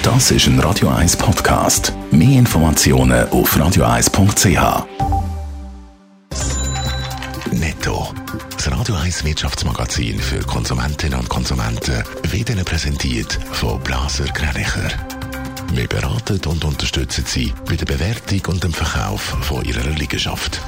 Das ist ein Radio 1 Podcast. Mehr Informationen auf radio1.ch. Netto, das Radio 1 Wirtschaftsmagazin für Konsumentinnen und Konsumenten, wird Ihnen präsentiert von Blaser Greinicher. Wir beraten und unterstützen Sie bei der Bewertung und dem Verkauf von Ihrer Liegenschaft.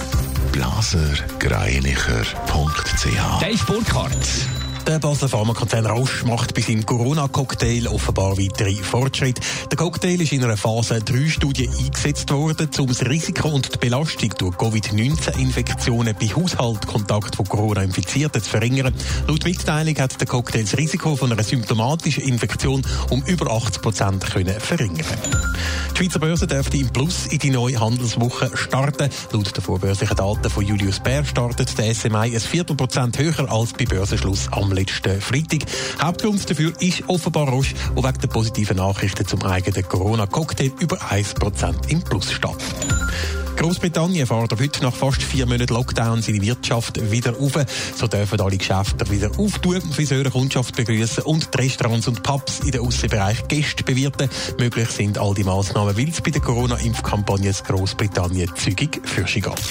blasergreinicher.ch. Dave Burkhardt. Der Basler Pharmakonzern Roche macht bei seinem Corona-Cocktail offenbar weitere Fortschritte. Der Cocktail ist in einer Phase 3-Studie eingesetzt worden, um das Risiko und die Belastung durch Covid-19-Infektionen bei Haushaltkontakt von Corona-Infizierten zu verringern. Laut Mitteilung hat der Cocktail das Risiko von einer symptomatischen Infektion um über 80% verringern. Die Schweizer Börse dürfte im Plus in die neue Handelswoche starten. Laut den vorbörslichen Daten von Julius Baer startet der SMI ein Viertelprozent höher als bei Börsenschluss am letzten Freitag. Hauptgrund dafür ist offenbar Roche, wo wegen der positiven Nachrichten zum eigenen Corona-Cocktail über 1% im Plus steht. Großbritannien fährt heute nach fast 4 Monaten Lockdown seine Wirtschaft wieder auf. So dürfen alle Geschäfte wieder auftun, Friseure Kundschaft begrüßen und die Restaurants und Pubs in den Aussenbereich Gäste bewirten. Möglich sind all die Massnahmen, weil es bei der Corona-Impfkampagne in Großbritannien zügig fürschen geht.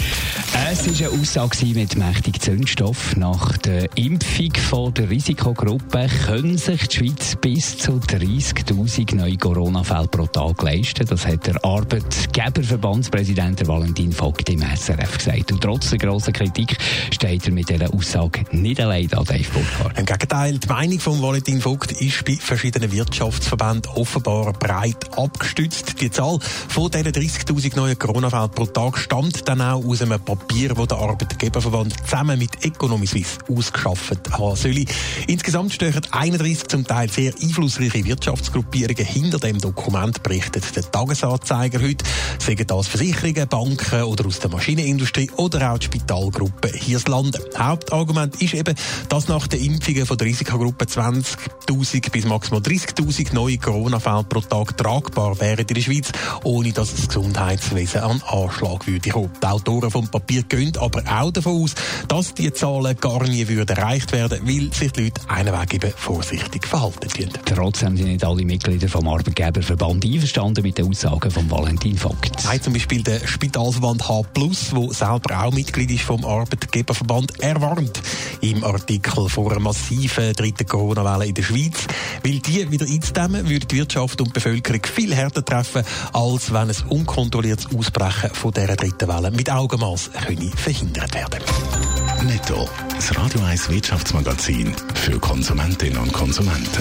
Es war eine Aussage mit mächtigem Zündstoff. Nach der Impfung von der Risikogruppe können sich die Schweiz bis zu 30'000 neue Corona-Fälle pro Tag leisten. Das hat der Arbeitgeberverbandspräsident Valentin Vogt im SRF gesagt. Und trotz der grossen Kritik steht er mit dieser Aussage nicht allein an, Dave Burkhardt. Im Gegenteil, die Meinung von Valentin Vogt ist bei verschiedenen Wirtschaftsverbänden offenbar breit abgestützt. Die Zahl von diesen 30'000 neuen Corona-Fällen pro Tag stammt dann auch aus einem Papier, das der Arbeitgeberverband zusammen mit Economy Suisse ausgeschafft haben soll. Insgesamt stehen 31 zum Teil sehr einflussreiche Wirtschaftsgruppierungen hinter dem Dokument, berichtet der Tagesanzeiger heute. Sagen das Versicherungen, Banken oder aus der Maschinenindustrie oder auch die Spitalgruppe hierzulande. Hauptargument ist eben, dass nach den Impfungen von der Risikogruppe 20'000 bis maximal 30'000 neue Corona-Fälle pro Tag tragbar wären in der Schweiz, ohne dass das Gesundheitswesen an Anschlag würde kommen. Die Autoren vom Papier gehen aber auch davon aus, dass die Zahlen gar nie erreicht werden, weil sich die Leute einweg eben vorsichtig verhalten. Trotzdem sind nicht alle Mitglieder vom Arbeitgeberverband einverstanden mit den Aussagen von Valentin Vogt. Nein, zum Beispiel der Spitalverband H+, der selber auch Mitglied ist vom Arbeitgeberverband, warnt im Artikel vor einer massiven dritten Corona-Welle in der Schweiz. Weil die wieder einzudämmen, würde die Wirtschaft und die Bevölkerung viel härter treffen, als wenn ein unkontrolliertes Ausbrechen von dieser dritten Welle mit Augenmaß verhindert werden. Netto, das Radio 1 Wirtschaftsmagazin für Konsumentinnen und Konsumenten.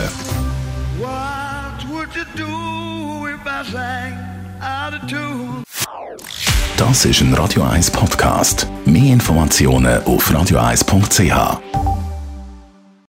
What would you do if I sang out of tune? Das ist ein Radio 1 Podcast. Mehr Informationen auf radio1.ch.